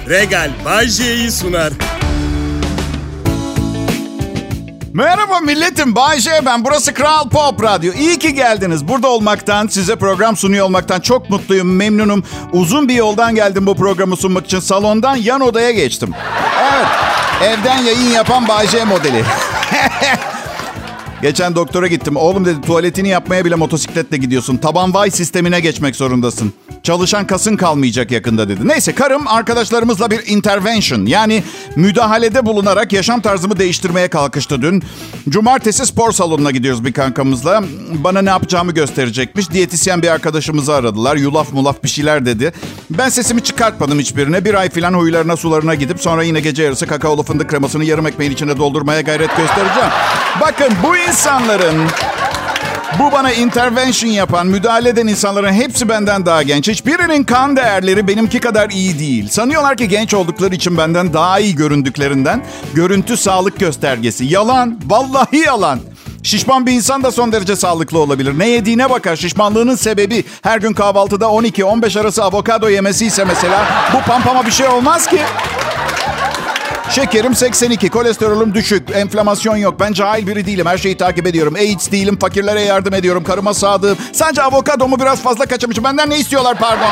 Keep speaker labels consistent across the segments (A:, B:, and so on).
A: Regal Bay J'yi sunar.
B: Merhaba milletim, Bay J ben. Burası Kral Pop Radyo. İyi ki geldiniz. Burada olmaktan, size program sunuyor olmaktan çok mutluyum, memnunum. Uzun bir yoldan geldim bu programı sunmak için. Salondan yan odaya geçtim. Evet, evden yayın yapan Bay J modeli. Geçen doktora gittim. Oğlum dedi, tuvaletini yapmaya bile motosikletle gidiyorsun. Taban vay sistemine geçmek zorundasın. Çalışan kasın kalmayacak yakında dedi. Neyse, karım arkadaşlarımızla bir intervention, yani müdahalede bulunarak yaşam tarzımı değiştirmeye kalkıştı dün. Cumartesi spor salonuna gidiyoruz bir kankamızla. Bana ne yapacağımı gösterecekmiş. Diyetisyen bir arkadaşımızı aradılar. Yulaf mulaf bir şeyler dedi. Ben sesimi çıkartmadım hiçbirine. Bir ay falan huylarına sularına gidip sonra yine gece yarısı kakaolu fındık kremasını yarım ekmeğin içine doldurmaya gayret göstereceğim. Bakın, bu insanların, bu bana intervention yapan, müdahale eden insanların hepsi benden daha genç. Hiçbirinin kan değerleri benimki kadar iyi değil. Sanıyorlar ki genç oldukları için benden daha iyi göründüklerinden görüntü sağlık göstergesi. Yalan, vallahi yalan. Şişman bir insan da son derece sağlıklı olabilir. Ne yediğine bakar. Şişmanlığının sebebi her gün kahvaltıda 12-15 arası avokado yemesi ise mesela, bu pampama bir şey olmaz ki. Şekerim 82, kolesterolüm düşük, enflamasyon yok. Ben cahil biri değilim, her şeyi takip ediyorum. AIDS değilim, fakirlere yardım ediyorum, karıma sadığım. Sadece avokadomu biraz fazla kaçırmışım. Benden ne istiyorlar pardon?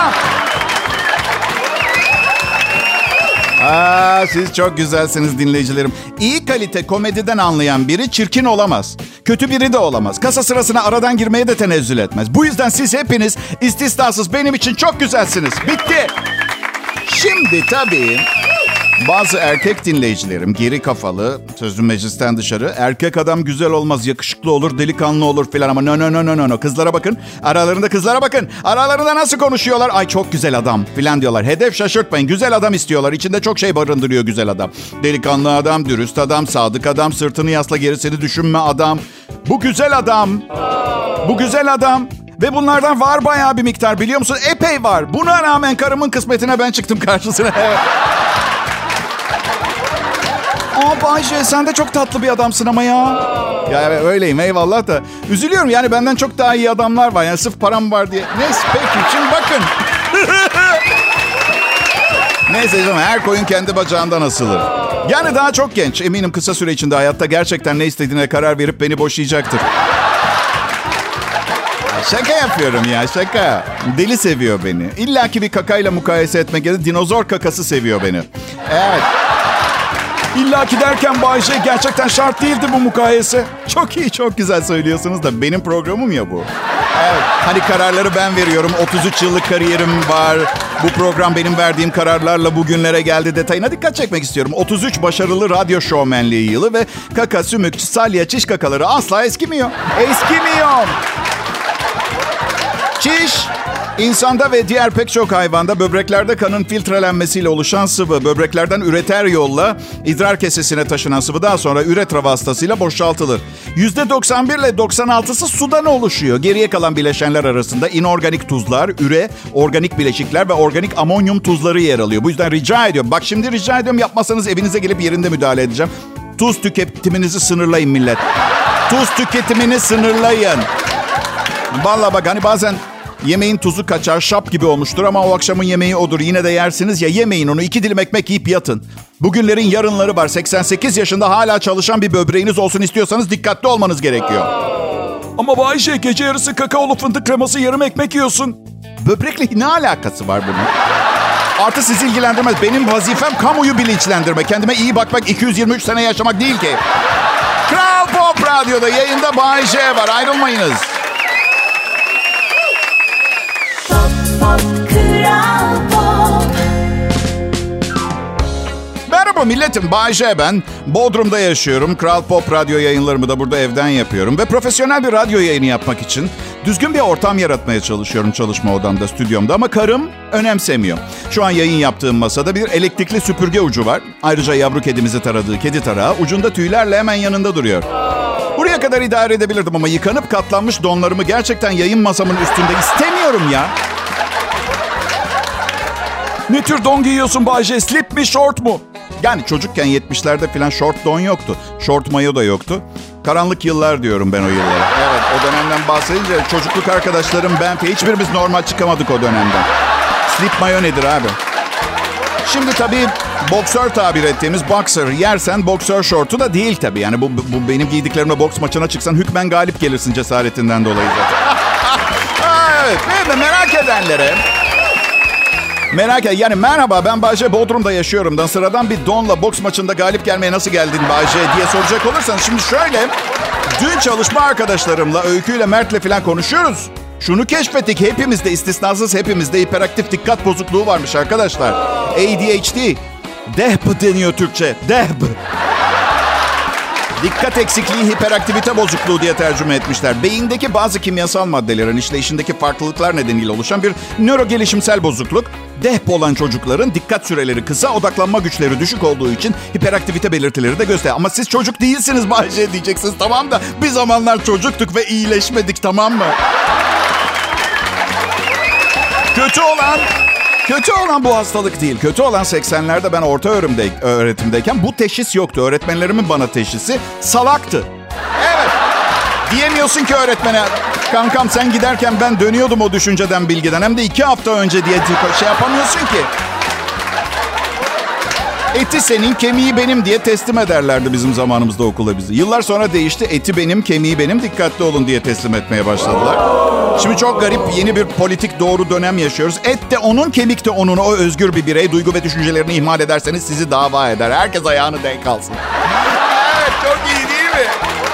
B: Siz çok güzelsiniz dinleyicilerim. İyi kalite komediden anlayan biri çirkin olamaz. Kötü biri de olamaz. Kasa sırasına aradan girmeye de tenezzül etmez. Bu yüzden siz hepiniz istisnasız benim için çok güzelsiniz. Bitti. Şimdi tabii bazı erkek dinleyicilerim geri kafalı, sözüm meclisten dışarı. Erkek adam güzel olmaz, yakışıklı olur, delikanlı olur filan ama no. Kızlara bakın, kızlara bakın. Aralarında nasıl konuşuyorlar? Ay çok güzel adam filan diyorlar. Hedef şaşırtmayın, güzel adam istiyorlar. İçinde çok şey barındırıyor güzel adam. Delikanlı adam, dürüst adam, sadık adam, sırtını yasla gerisini düşünme adam. Bu güzel adam. Bu güzel adam. Ve bunlardan var bayağı bir miktar, biliyor musun? Epey var. Buna rağmen karımın kısmetine ben çıktım karşısına. Bay J, sen de çok tatlı bir adamsın ama ya. Ya öyleyim, eyvallah da. Üzülüyorum yani, benden çok daha iyi adamlar var. Yani sırf param var diye. Neyse peki, şimdi bakın. Neyse canım, her koyun kendi bacağından asılır. Yani daha çok genç. Eminim kısa süre içinde hayatta gerçekten ne istediğine karar verip beni boşayacaktır. Şaka yapıyorum ya, şaka. Deli seviyor beni. İlla ki bir kakayla mukayese etmek ya da dinozor kakası seviyor beni. Evet. İlla ki derken Bay J, gerçekten şart değildi bu mukayese. Çok iyi, çok güzel söylüyorsunuz da benim programım ya bu. Evet, hani kararları ben veriyorum. 33 yıllık kariyerim var. Bu program benim verdiğim kararlarla bugünlere geldi detayına dikkat çekmek istiyorum. 33 başarılı radyo şovmenliği yılı ve kaka, sümük, salya, çiş kakaları asla eskimiyor. Eskimiyor. Çiş, insanda ve diğer pek çok hayvanda böbreklerde kanın filtrelenmesiyle oluşan sıvı. Böbreklerden üreter yolla idrar kesesine taşınan sıvı daha sonra üretra vasıtasıyla boşaltılır. %91 ile 96'sı sudan oluşuyor. Geriye kalan bileşenler arasında inorganik tuzlar, üre, organik bileşikler ve organik amonyum tuzları yer alıyor. Bu yüzden rica ediyorum. Bak şimdi rica ediyorum, yapmasanız evinize gelip yerinde müdahale edeceğim. Tuz tüketiminizi sınırlayın millet. Tuz tüketimini sınırlayın. Vallahi bak, hani bazen yemeğin tuzu kaçar, şap gibi olmuştur ama o akşamın yemeği odur. Yine de yersiniz ya, yemeyin onu. 2 dilim ekmek yiyip yatın. Bugünlerin yarınları var. 88 yaşında hala çalışan bir böbreğiniz olsun istiyorsanız dikkatli olmanız gerekiyor. Ama Bay J, gece yarısı kakaolu fındık kreması yarım ekmek yiyorsun. Böbrekle ne alakası var bunun? Artı sizi ilgilendirmez. Benim vazifem kamuoyu bilinçlendirme. Kendime iyi bakmak, 223 sene yaşamak değil ki. Kral Pop Radyo'da yayında Bay J var. Ayrılmayınız. Merhaba milletim, Bay J ben. Bodrum'da yaşıyorum. Kral Pop Radyo yayınlarımı da burada evden yapıyorum. Ve profesyonel bir radyo yayını yapmak için düzgün bir ortam yaratmaya çalışıyorum çalışma odamda, stüdyomda. Ama karım önemsemiyor. Şu an yayın yaptığım masada bir elektrikli süpürge ucu var. Ayrıca yavru kedimizi taradığı kedi tarağı ucunda tüylerle hemen yanında duruyor. Buraya kadar idare edebilirdim ama yıkanıp katlanmış donlarımı gerçekten yayın masamın üstünde istemiyorum ya. Ne tür don giyiyorsun Bay J? Slip mi, short mu? Yani çocukken 70'lerde falan short don yoktu. Short mayo da yoktu. Karanlık yıllar diyorum ben o yıllara. Evet, o dönemden bahsedince çocukluk arkadaşlarım, ben hiçbirimiz normal çıkamadık o dönemden. Slip mayo nedir abi? Şimdi tabii boksör tabir ettiğimiz boxer yersen boksör şortu da değil tabii. Yani bu benim giydiklerimle boks maçına çıksan hükmen galip gelirsin cesaretinden dolayı zaten. Evet, merak edenlere... Yani merhaba ben Bayce, Bodrum'da yaşıyorumdan sıradan bir donla boks maçında galip gelmeye nasıl geldin Bayce diye soracak olursanız. Şimdi şöyle, dün çalışma arkadaşlarımla, Öykü'yle, Mert'le falan konuşuyoruz. Şunu keşfettik, hepimizde, istisnasız hepimizde hiperaktif dikkat bozukluğu varmış arkadaşlar. ADHD. DEHB deniyor Türkçe. DEHB. Dikkat eksikliği, hiperaktivite bozukluğu diye tercüme etmişler. Beyindeki bazı kimyasal maddelerin işleyişindeki farklılıklar nedeniyle oluşan bir nöro gelişimsel bozukluk. DEHB olan çocukların dikkat süreleri kısa, odaklanma güçleri düşük olduğu için hiperaktivite belirtileri de gösteriyor. Ama siz çocuk değilsiniz Bayce diyeceksiniz. Tamam da bir zamanlar çocuktuk ve iyileşmedik, tamam mı? Kötü olan bu hastalık değil. Kötü olan 80'lerde ben orta öğretimdeyken bu teşhis yoktu. Öğretmenlerimin bana teşhisi salaktı. Evet. Diyemiyorsun ki öğretmene, kankam sen giderken ben dönüyordum o düşünceden, bilgiden. Hem de 2 hafta önce diye şey yapamıyorsun ki. Eti senin, kemiği benim diye teslim ederlerdi bizim zamanımızda okula bizi. Yıllar sonra değişti. Eti benim, kemiği benim, dikkatli olun diye teslim etmeye başladılar. Şimdi çok garip yeni bir politik doğru dönem yaşıyoruz. Et de onun, kemik de onun. O özgür bir birey. Duygu ve düşüncelerini ihmal ederseniz sizi dava eder. Herkes ayağını denk alsın. Evet, çok iyi değil mi?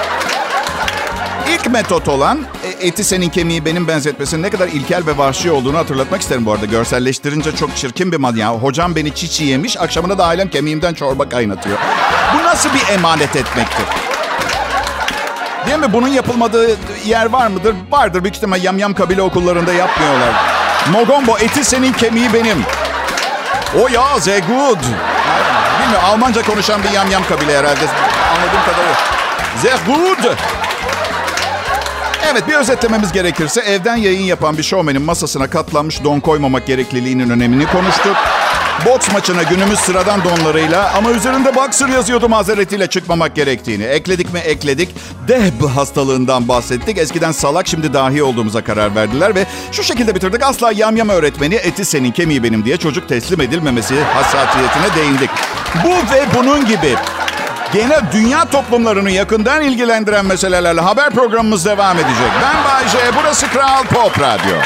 B: İlk metot olan eti senin, kemiği benim benzetmesinin ne kadar ilkel ve vahşi olduğunu hatırlatmak isterim bu arada. Görselleştirince çok çirkin bir madde. Yani hocam beni çiğ yemiş, akşamına da ailem kemiğimden çorba kaynatıyor. Bu nasıl bir emanet etmektir? Değil mi? Bunun yapılmadığı yer var mıdır? Vardır. Büyük ihtimalle yamyam kabile okullarında yapmıyorlar. Mogombo, eti senin, kemiği benim. O ya, sehr gut. Bilmiyorum, Almanca konuşan bir yamyam kabile herhalde. Anladığım kadarıyla. Sehr gut. Evet, bir özetlememiz gerekirse evden yayın yapan bir şovmenin masasına katlanmış don koymamak gerekliliğinin önemini konuştuk. Boks maçına günümüz sıradan donlarıyla ama üzerinde boxer yazıyordu mazeretiyle çıkmamak gerektiğini. Ekledik mi? Ekledik. DEHB hastalığından bahsettik. Eskiden salak, şimdi dahi olduğumuza karar verdiler ve şu şekilde bitirdik. Asla yamyam öğretmeni eti senin, kemiği benim diye çocuk teslim edilmemesi hassasiyetine değindik. Bu ve bunun gibi genel dünya toplumlarını yakından ilgilendiren meselelerle haber programımız devam edecek. Ben Bayce, burası Kral Pop Radyo.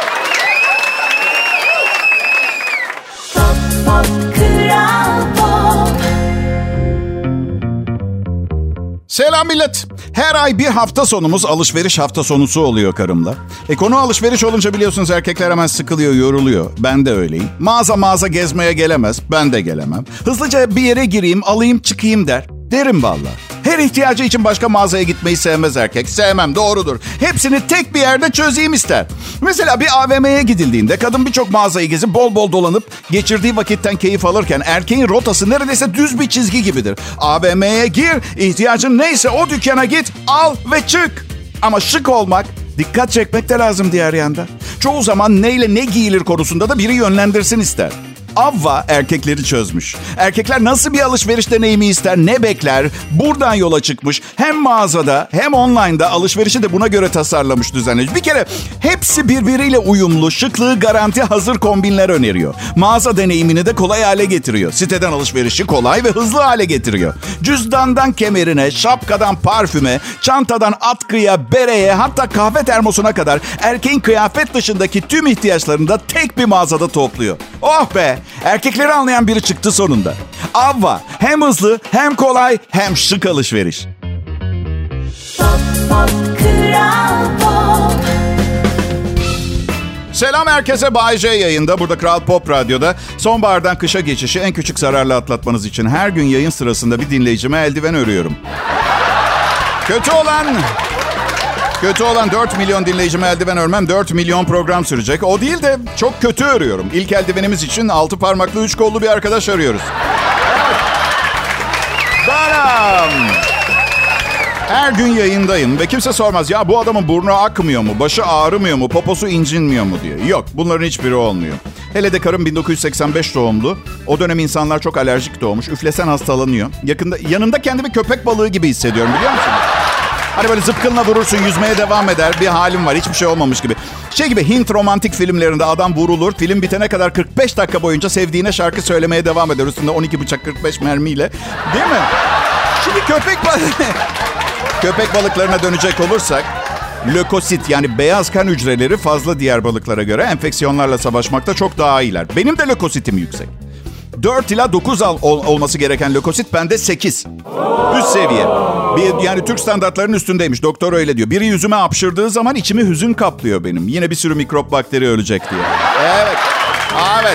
B: Selam millet. Her ay bir hafta sonumuz alışveriş hafta sonusu oluyor karımla. Konu alışveriş olunca biliyorsunuz erkekler hemen sıkılıyor, yoruluyor. Ben de öyleyim. Mağaza gezmeye gelemez. Ben de gelemem. Hızlıca bir yere gireyim, alayım, çıkayım der. Derim vallahi. Her ihtiyacı için başka mağazaya gitmeyi sevmez erkek. Sevmem, doğrudur. Hepsini tek bir yerde çözeyim ister. Mesela bir AVM'ye gidildiğinde kadın birçok mağazayı gezip bol bol dolanıp geçirdiği vakitten keyif alırken erkeğin rotası neredeyse düz bir çizgi gibidir. AVM'ye gir, ihtiyacın neyse o dükkana git, al ve çık. Ama şık olmak, dikkat çekmek de lazım diğer yanda. Çoğu zaman neyle ne giyilir konusunda da biri yönlendirsin ister. Avva erkekleri çözmüş. Erkekler nasıl bir alışveriş deneyimi ister, ne bekler? Buradan yola çıkmış. Hem mağazada hem online'da alışverişi de buna göre tasarlamış, düzenlemiş. Bir kere hepsi birbiriyle uyumlu, şıklığı garanti hazır kombinler öneriyor. Mağaza deneyimini de kolay hale getiriyor. Siteden alışverişi kolay ve hızlı hale getiriyor. Cüzdandan kemerine, şapkadan parfüme, çantadan atkıya, bereye, hatta kahve termosuna kadar erkeğin kıyafet dışındaki tüm ihtiyaçlarını da tek bir mağazada topluyor. Oh be! Erkekleri anlayan biri çıktı sonunda. Avva, hem hızlı, hem kolay, hem şık alışveriş. Pop, pop, Kral Pop. Selam herkese, Bay J yayında. Burada Kral Pop Radyo'da sonbahardan kışa geçişi en küçük zararla atlatmanız için her gün yayın sırasında bir dinleyicime eldiven örüyorum. Kötü olan 4 milyon dinleyicime eldiven örmem 4 milyon program sürecek. O değil de çok kötü örüyorum. İlk eldivenimiz için 6 parmaklı 3 kollu bir arkadaş arıyoruz. Baram. Her gün yayındayım ve kimse sormaz. Ya bu adamın burnu akmıyor mu? Başı ağrımıyor mu? Poposu incinmiyor mu diye. Yok, bunların hiçbiri olmuyor. Hele de karım 1985 doğumlu. O dönem insanlar çok alerjik doğmuş. Üflesen hastalanıyor. Yanında kendimi köpek balığı gibi hissediyorum, biliyor musun? Hani böyle zıpkınla vurursun, yüzmeye devam eder. Bir halim var, hiçbir şey olmamış gibi. Şey gibi, Hint romantik filmlerinde adam vurulur. Film bitene kadar 45 dakika boyunca sevdiğine şarkı söylemeye devam eder. Üstünde 12 bıçak 45 mermiyle. Değil mi? Şimdi köpek balıklarına dönecek olursak, lökosit yani beyaz kan hücreleri fazla diğer balıklara göre enfeksiyonlarla savaşmakta çok daha iyiler. Benim de lökositim yüksek. 4 ila 9 olması gereken lökosit bende 8. Üst seviye. Yani Türk standartlarının üstündeymiş. Doktor öyle diyor. Biri yüzüme hapşırdığı zaman içimi hüzün kaplıyor benim. Yine bir sürü mikrop bakteri ölecek diye. Evet. Evet.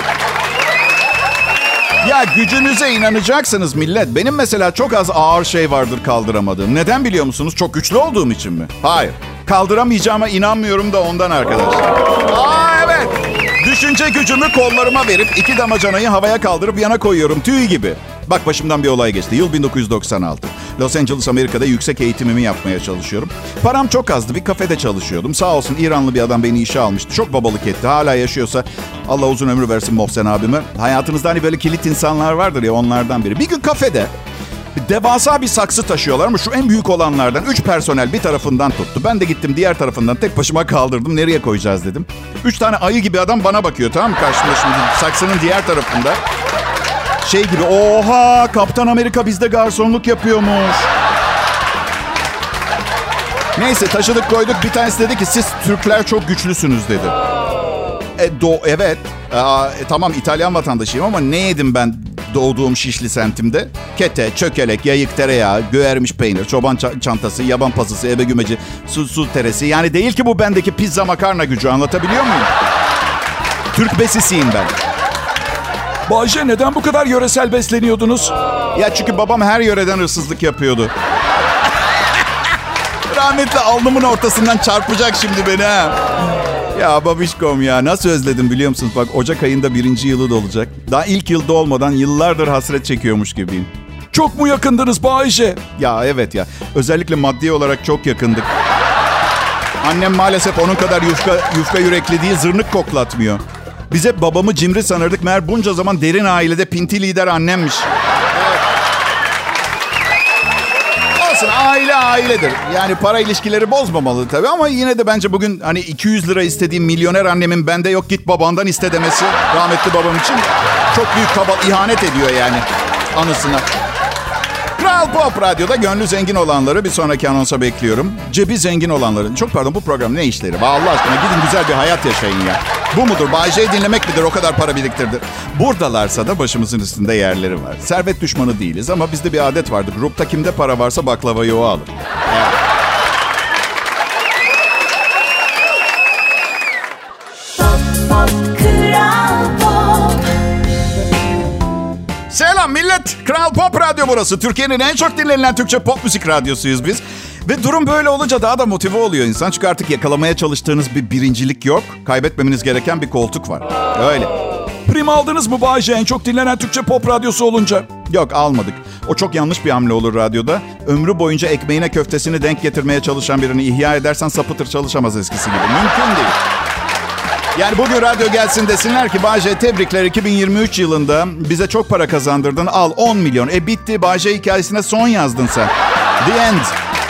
B: Ya gücünüze inanacaksınız millet. Benim mesela çok az ağır şey vardır kaldıramadığım. Neden biliyor musunuz? Çok güçlü olduğum için mi? Hayır. Kaldıramayacağıma inanmıyorum da ondan arkadaşlar. Evet. Düşünce gücümü kollarıma verip 2 damacanayı havaya kaldırıp yana koyuyorum. Tüy gibi. Bak başımdan bir olay geçti. Yıl 1996. Los Angeles, Amerika'da yüksek eğitimimi yapmaya çalışıyorum. Param çok azdı. Bir kafede çalışıyordum. Sağ olsun İranlı bir adam beni işe almıştı. Çok babalık etti. Hala yaşıyorsa Allah uzun ömür versin Mohsen abime. Hayatınızda hani böyle kilit insanlar vardır ya, onlardan biri. Bir gün kafede devasa bir saksı taşıyorlar ama şu en büyük olanlardan 3 personel bir tarafından tuttu. Ben de gittim diğer tarafından tek başıma kaldırdım. Nereye koyacağız dedim. 3 tane ayı gibi adam bana bakıyor, tamam mı? Karşımda şimdi saksının diğer tarafında. Şey gibi, oha Kaptan Amerika bizde garsonluk yapıyormuş. Neyse taşıdık koyduk. Bir tanesi dedi ki siz Türkler çok güçlüsünüz dedi. Evet. Tamam İtalyan vatandaşıyım ama ne yedim ben doğduğum Şişli semtimde? Kete, çökelek, yayık tereyağı, göğermiş peynir, çoban çantası, yaban pazısı, ebe gümeci, su teresi. Yani değil ki bu bendeki pizza makarna gücü, anlatabiliyor muyum? Türk besisiyim ben.
C: Bayce, neden bu kadar yöresel besleniyordunuz?
B: Ya çünkü babam her yöreden hırsızlık yapıyordu. Rahmetli alnımın ortasından çarpacak şimdi beni ha. Ya babişkom ya, nasıl özledim biliyor musunuz? Bak Ocak ayında 1. yılı dolacak. Daha ilk yılda olmadan yıllardır hasret çekiyormuş gibiyim.
C: Çok mu yakındınız Bayce?
B: Ya evet ya. Özellikle maddi olarak çok yakındık. Annem maalesef onun kadar yufka yürekli değil, zırnık koklatmıyor. Biz hep babamı cimri sanırdık. Meğer bunca zaman derin ailede pinti lider annemmiş. Evet. Olsun, aile ailedir. Yani para ilişkileri bozmamalı tabii ama yine de bence bugün hani 200 lira istediğim milyoner annemin bende yok git babandan iste demesi rahmetli babam için çok büyük ihanet ediyor yani anısına. Kral Pop Radyo'da gönlü zengin olanları bir sonraki anonsa bekliyorum. Cebi zengin olanların. Çok pardon, bu program ne işleri? Allah aşkına gidin güzel bir hayat yaşayın ya. Bu mudur? Bay J'yi dinlemek midir? O kadar para biriktirdi. Buradalarsa da başımızın üstünde yerleri var. Servet düşmanı değiliz ama bizde bir adet vardı. Grupta kimde para varsa baklavayı o alır. Evet. Selam millet. Kral Pop Radyo burası. Türkiye'nin en çok dinlenilen Türkçe pop müzik radyosuyuz biz. Ve durum böyle olunca daha da motive oluyor insan. Çünkü artık yakalamaya çalıştığınız bir birincilik yok. Kaybetmemeniz gereken bir koltuk var. Öyle.
C: Prim aldınız mı Bayce en çok dinlenen Türkçe pop radyosu olunca?
B: Yok, almadık. O çok yanlış bir hamle olur radyoda. Ömrü boyunca ekmeğine köftesini denk getirmeye çalışan birini ihya edersen sapıtır, çalışamaz eskisi gibi. Mümkün değil. Yani bugün radyo gelsin desinler ki Bay J tebrikler 2023 yılında bize çok para kazandırdın. Al 10 milyon. Bitti. Bay J hikayesine son yazdın sen. The end.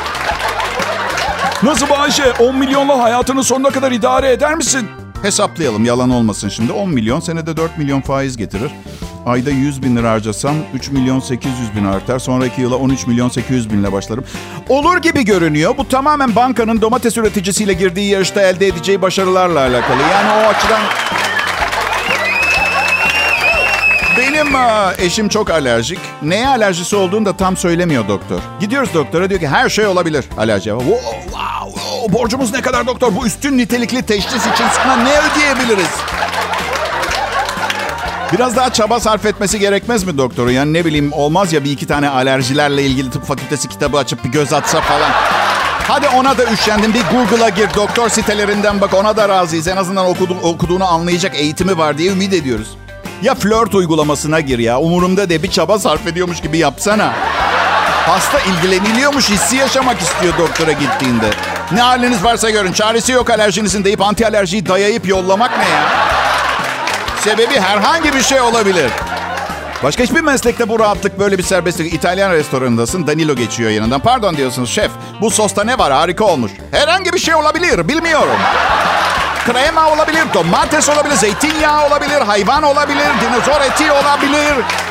C: Nasıl Bayce? 10 milyonla hayatının sonuna kadar idare eder misin?
B: Hesaplayalım, yalan olmasın şimdi. 10 milyon senede 4 milyon faiz getirir. Ayda 100 bin lira harcasam 3 milyon 800 bin artar. Sonraki yıla 13 milyon 800 binle başlarım. Olur gibi görünüyor. Bu tamamen bankanın domates üreticisiyle girdiği yarışta elde edeceği başarılarla alakalı. Yani o açıdan... Benim eşim çok alerjik. Neye alerjisi olduğunu da tam söylemiyor doktor. Gidiyoruz doktora, diyor ki her şey olabilir alerji. Borcumuz ne kadar doktor? Bu üstün nitelikli teşhis için sana ne ödeyebiliriz? Biraz daha çaba sarf etmesi gerekmez mi doktorun? Yani ne bileyim, olmaz ya bir iki tane alerjilerle ilgili tıp fakültesi kitabı açıp bir göz atsa falan. Hadi ona da üşendim. Bir Google'a gir, doktor sitelerinden bak, ona da razıyız. En azından okuduğunu anlayacak eğitimi var diye ümit ediyoruz. Ya flört uygulamasına gir ya. Umurumda de, bir çaba sarf ediyormuş gibi yapsana. Hasta ilgileniliyormuş hissi yaşamak istiyor doktora gittiğinde. Ne haliniz varsa görün, çaresi yok alerjinizin deyip anti alerjiyi dayayıp yollamak ne ya? Sebebi herhangi bir şey olabilir. Başka hiçbir meslekte bu rahatlık, böyle bir serbestlik. İtalyan restoranındasın, Danilo geçiyor yanından. Pardon diyorsunuz şef, bu sosta ne var, harika olmuş. Herhangi bir şey olabilir, bilmiyorum. krema olabilir, domates olabilir, zeytinyağı olabilir, hayvan olabilir, dinozor eti olabilir.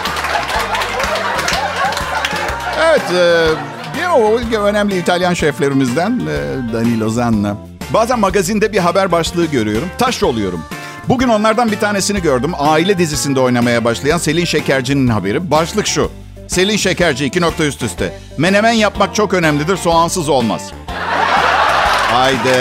B: Evet, bir önemli İtalyan şeflerimizden Danilo Zanna. Bazen magazinde bir haber başlığı görüyorum, taş oluyorum. Bugün onlardan bir tanesini gördüm. Aile dizisinde oynamaya başlayan Selin Şekerci'nin haberi. Başlık şu: Selin Şekerci 2 nokta üst üste. Menemen yapmak çok önemlidir, soğansız olmaz. Haydi.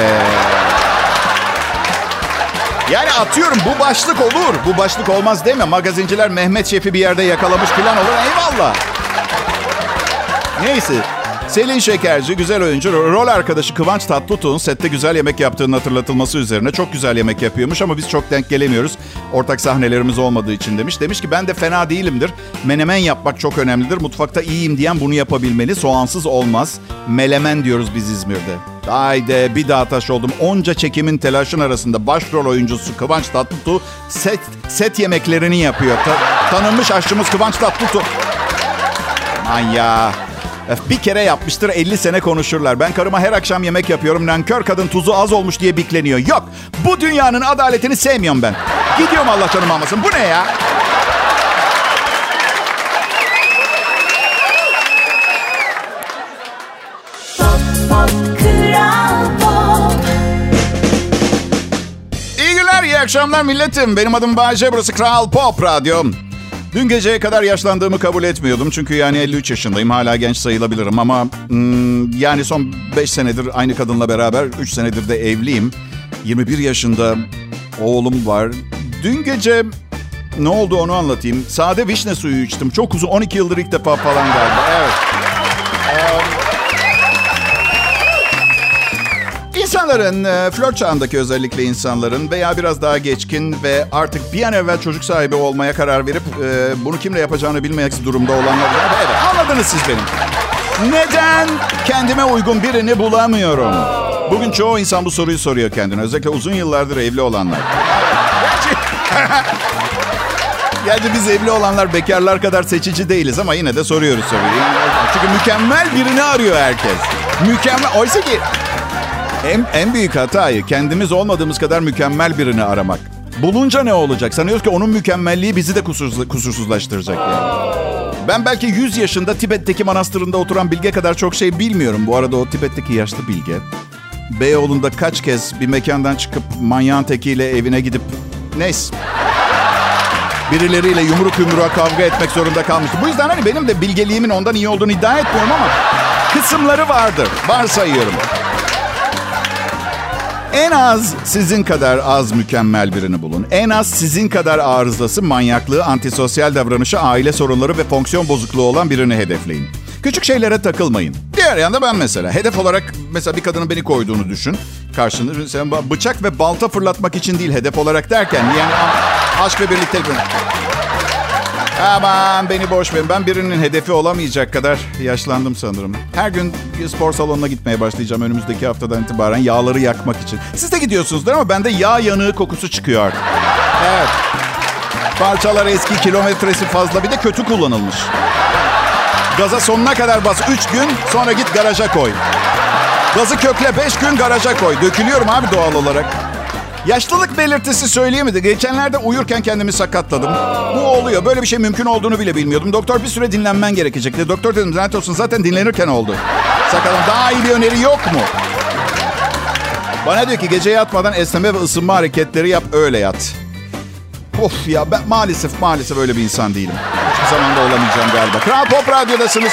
B: Yani atıyorum, bu başlık olur. Bu başlık olmaz deme. Magazinciler Mehmet Şef'i bir yerde yakalamış falan olur. Eyvallah. Neyse. Selin Şekerci, güzel oyuncu, rol arkadaşı Kıvanç Tatlıtuğ'un sette güzel yemek yaptığının hatırlatılması üzerine çok güzel yemek yapıyormuş ama biz çok denk gelemiyoruz. Ortak sahnelerimiz olmadığı için demiş. Demiş ki ben de fena değilimdir. Menemen yapmak çok önemlidir. Mutfakta iyiyim diyen bunu yapabilmeli. Soğansız olmaz. Melemen diyoruz biz İzmir'de. Haydi bir daha taş oldum. Onca çekimin telaşın arasında başrol oyuncusu Kıvanç Tatlıtuğ set yemeklerini yapıyor. Tanınmış aşçımız Kıvanç Tatlıtuğ. Aman ya. Bir kere yapmıştır, 50 sene konuşurlar. Ben karıma her akşam yemek yapıyorum. Nankör kadın tuzu az olmuş diye bikleniyor. Yok, bu dünyanın adaletini sevmiyorum ben. Gidiyorum Allah canım almasın. Bu ne ya? İyi günler, iyi akşamlar milletim. Benim adım Bayce, burası Kral Pop Radyo. Dün geceye kadar yaşlandığımı kabul etmiyordum. Çünkü yani 53 yaşındayım. Hala genç sayılabilirim ama yani son 5 senedir aynı kadınla beraber, 3 senedir de evliyim. 21 yaşında oğlum var. Dün gece ne oldu onu anlatayım. Sade vişne suyu içtim. Çok uzun, 12 yıldır ilk defa falan galiba. Evet. İnsanların, flört çağındaki özellikle insanların veya biraz daha geçkin ve artık bir an evvel çocuk sahibi olmaya karar verip bunu kimle yapacağını bilmeyecek durumda olanlar. Evet, anladınız siz benim. Neden kendime uygun birini bulamıyorum? Bugün çoğu insan bu soruyu soruyor kendine. Özellikle uzun yıllardır evli olanlar. Gerçi biz evli olanlar bekarlar kadar seçici değiliz ama yine de soruyoruz soruyu. Çünkü mükemmel birini arıyor herkes. Mükemmel. Oysa ki en büyük hatayı kendimiz olmadığımız kadar mükemmel birini aramak. Bulunca ne olacak? Sanıyoruz ki onun mükemmelliği bizi de kusursuzlaştıracak yani. Ben belki 100 yaşında Tibet'teki manastırında oturan Bilge kadar çok şey bilmiyorum. Bu arada o Tibet'teki yaşlı Bilge, Beyoğlu'nda kaç kez bir mekandan çıkıp manyağın tekiyle evine gidip neyse birileriyle yumruk yumruğa kavga etmek zorunda kalmıştı. Bu yüzden hani benim de bilgeliğimin ondan iyi olduğunu iddia etmiyorum ama kısımları vardır. Varsayıyorum. En az sizin kadar az mükemmel birini bulun. En az sizin kadar arızası, manyaklığı, antisosyal davranışı, aile sorunları ve fonksiyon bozukluğu olan birini hedefleyin. Küçük şeylere takılmayın. Diğer yanda ben mesela hedef olarak bir kadının beni koyduğunu düşün. Karşında mesela bıçak ve balta fırlatmak için değil, hedef olarak derken yani aşk ve birliktelik. Aman beni boş verin. Ben birinin hedefi olamayacak kadar yaşlandım sanırım. Her gün spor salonuna gitmeye başlayacağım önümüzdeki haftadan itibaren yağları yakmak için. Siz de gidiyorsunuzdur ama bende yağ yanığı kokusu çıkıyor artık. Evet. Parçalar eski, kilometresi fazla, bir de kötü kullanılmış. Gaza sonuna kadar bas 3 gün, sonra git garaja koy. Gazı kökle 5 gün, garaja koy. Dökülüyorum abi doğal olarak. Yaşlılık belirtisi söyleyemedi. Geçenlerde uyurken kendimi sakatladım. Bu oluyor. Böyle bir şey mümkün olduğunu bile bilmiyordum. Doktor bir süre dinlenmen gerekecek dedi. Doktor dedim lanet olsun, zaten dinlenirken oldu. Sakatladım. Daha iyi bir öneri yok mu? Bana diyor ki gece yatmadan esneme ve ısınma hareketleri yap, öyle yat. Of ya, ben maalesef öyle bir insan değilim. Hiçbir zaman da olamayacağım galiba. Kral Pop Radyo'dasınız.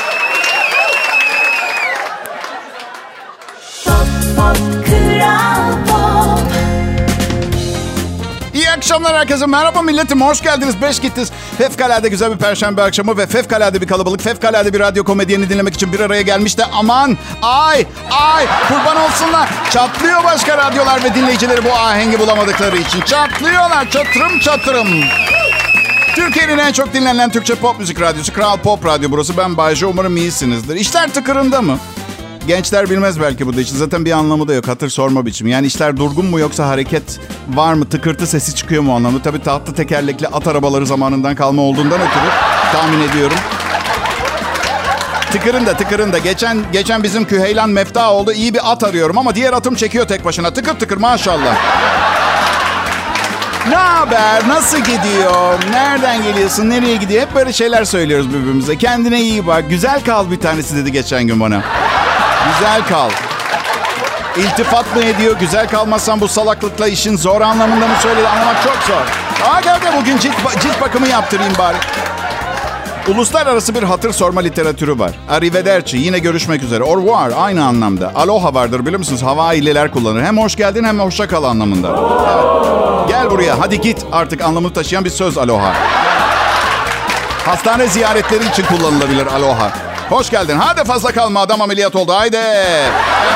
B: İyi akşamlar herkese. Merhaba milletim. Hoş geldiniz. 5 gittiniz. Fevkalade güzel bir perşembe akşamı ve fevkalade bir kalabalık. Fevkalade bir radyo komedyeni dinlemek için bir araya gelmiş de aman ay kurban olsunlar. Çatlıyor başka radyolar ve dinleyicileri bu ahengi bulamadıkları için. Çatlıyorlar çatırım. Türkiye'nin en çok dinlenen Türkçe pop müzik radyosu Kral Pop Radyo burası. Ben Bayce, umarım iyisinizdir. İşler tıkırında mı? Gençler bilmez belki bu da için. Zaten bir anlamı da yok. Hatır sorma biçimi. Yani işler durgun mu yoksa hareket var mı? Tıkırtı sesi çıkıyor mu anlamı? Tabii tahtlı tekerlekli at arabaları zamanından kalma olduğundan ötürü tahmin ediyorum. Tıkırın da. Geçen bizim Küheylan mefta oldu. İyi bir at arıyorum ama diğer atım çekiyor tek başına. Tıkır tıkır maşallah. Ne haber? Nasıl gidiyor? Nereden geliyorsun? Nereye gidiyor? Hep böyle şeyler söylüyoruz birbirimize. Kendine iyi bak. Güzel kal bir tanesi dedi geçen gün bana. Güzel kal. İltifat mı ediyor? Güzel kalmazsan bu salaklıkla işin zor anlamında mı söyledi? Anlamak çok zor. Gel de bugün cilt bakımı yaptırayım bari. Uluslararası bir hatır sorma literatürü var. Arrivederci, yine görüşmek üzere. Au revoir, aynı anlamda. Aloha vardır bilir misiniz? Havaililer kullanır. Hem hoş geldin hem hoşça kal anlamında. Evet. Gel buraya, hadi git artık anlamını taşıyan bir söz aloha. Hastane ziyaretleri için kullanılabilir aloha. Hoş geldin. Hadi fazla kalma, adam ameliyat oldu. Haydi. Evet.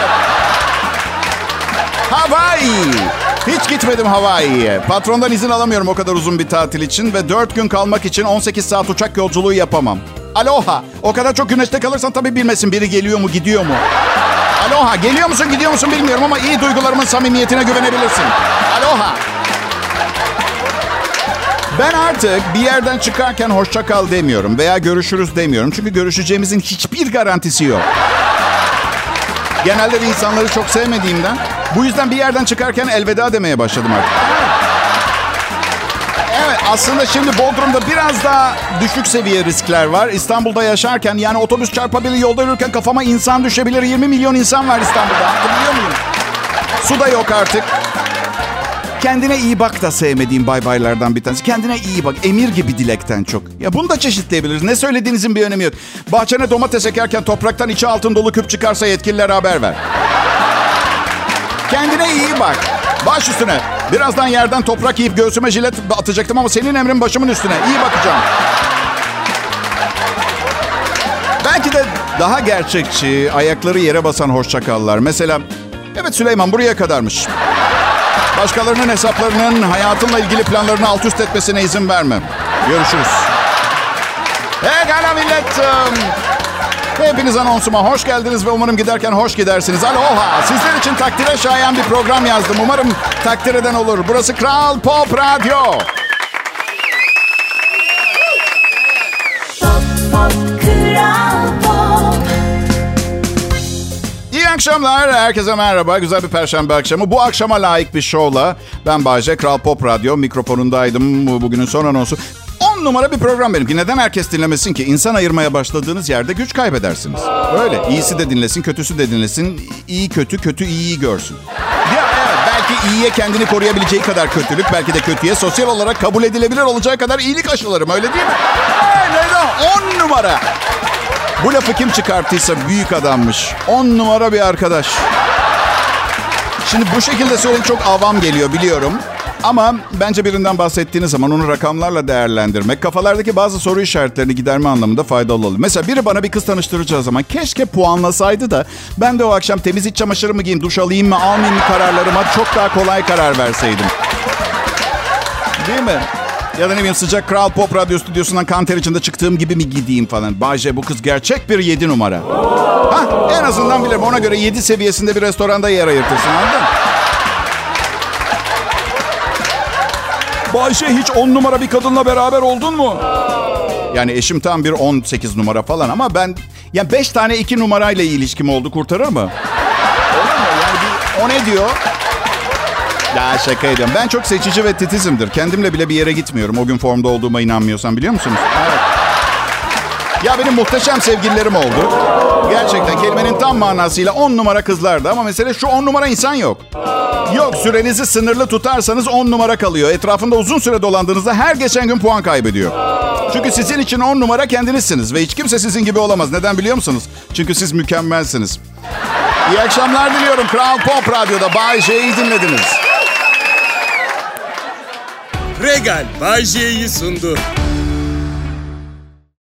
B: Hawaii. Hiç gitmedim Hawaii'ye. Patrondan izin alamıyorum o kadar uzun bir tatil için ve 4 gün kalmak için 18 saat uçak yolculuğu yapamam. Aloha. O kadar çok güneşte kalırsan tabii bilmesin biri geliyor mu gidiyor mu. Aloha. Geliyor musun gidiyor musun bilmiyorum ama iyi duygularımın samimiyetine güvenebilirsin. Aloha. Ben artık bir yerden çıkarken hoşça kal demiyorum veya görüşürüz demiyorum. Çünkü görüşeceğimizin hiçbir garantisi yok. Genelde de insanları çok sevmediğimden bu yüzden bir yerden çıkarken elveda demeye başladım artık. Evet, aslında şimdi Bodrum'da biraz daha düşük seviye riskler var. İstanbul'da yaşarken yani otobüs çarpabilir, yolda yürürken kafama insan düşebilir. 20 milyon insan var İstanbul'da. Hatırlıyor muyum? Su da yok artık. Kendine iyi bak da sevmediğim bay baylardan bir tanesi. Kendine iyi bak. Emir gibi dilekten çok. Ya bunu da çeşitleyebiliriz. Ne söylediğinizin bir önemi yok. Bahçene domates ekerken topraktan içi altın dolu küp çıkarsa yetkililere haber ver. Kendine iyi bak. Baş üstüne. Birazdan yerden toprak yiyip göğsüme jilet atacaktım ama senin emrin başımın üstüne. İyi bakacağım. Belki de daha gerçekçi, ayakları yere basan hoşçakallar. Mesela, evet Süleyman buraya kadarmış. Başkalarının hesaplarının hayatınla ilgili planlarını alt üst etmesine izin verme. Görüşürüz. Pekala millet. Hepiniz anonsuma hoş geldiniz ve umarım giderken hoş gidersiniz. Aloha. Sizler için takdire şayan bir program yazdım. Umarım takdir eden olur. Burası Kral Pop Radyo. İyi akşamlar. Herkese merhaba. Güzel bir perşembe akşamı. Bu akşama layık bir şovla ben Bayce, Kral Pop Radyo mikrofonundaydım. Bugünün son anonsu. 10 numara bir program benimki. Neden herkes dinlemesin ki? İnsan ayırmaya başladığınız yerde güç kaybedersiniz. Öyle. İyisi de dinlesin, kötüsü de dinlesin. İyi kötü, kötü iyiyi görsün. Ya evet, belki iyiye kendini koruyabileceği kadar kötülük, belki de kötüye sosyal olarak kabul edilebilir olacağı kadar iyilik aşılarım. Öyle değil mi? Neden? 10 numara. Bu lafı kim çıkarttıysa büyük adammış. 10 numara bir arkadaş. Şimdi bu şekilde söylemek çok avam geliyor biliyorum. Ama bence birinden bahsettiğiniz zaman onu rakamlarla değerlendirmek, kafalardaki bazı soru işaretlerini giderme anlamında faydalı olur. Mesela biri bana bir kız tanıştıracağı zaman keşke puanlasaydı da ben de o akşam temiz iç çamaşırı mı giyeyim, duş alayım mı, almayayım mı kararlarıma çok daha kolay karar verseydim. Değil mi? Ya da ne bileyim sıcak Kral Pop Radyo stüdyosundan kan ter içinde çıktığım gibi mi gideyim falan. Bayce bu kız gerçek bir 7 numara. En azından bilirim ona göre 7 seviyesinde bir restoranda yer ayırtırsın anladın mı?
C: Bayşe hiç 10 numara bir kadınla beraber oldun mu?
B: Yani eşim tam bir 18 numara falan ama ben... Yani 5 tane 2 numarayla ilişkim oldu, kurtarır mı? Olur mu? Yani bir, o ne diyor? Ya şaka ediyorum. Ben çok seçici ve titizimdir. Kendimle bile bir yere gitmiyorum. O gün formda olduğuma inanmıyorsan biliyor musunuz? Evet. Ya benim muhteşem sevgililerim oldu. Gerçekten kelimenin tam manasıyla 10 numara kızlardı. Ama mesele şu 10 numara insan yok. Yok, sürenizi sınırlı tutarsanız 10 numara kalıyor. Etrafında uzun süre dolandığınızda her geçen gün puan kaybediyor. Çünkü sizin için 10 numara kendinizsiniz. Ve hiç kimse sizin gibi olamaz. Neden biliyor musunuz? Çünkü siz mükemmelsiniz. İyi akşamlar diliyorum. Kral Pop Radyo'da Bay J'yi dinlediniz.
A: Regal Bay J'yi sundu.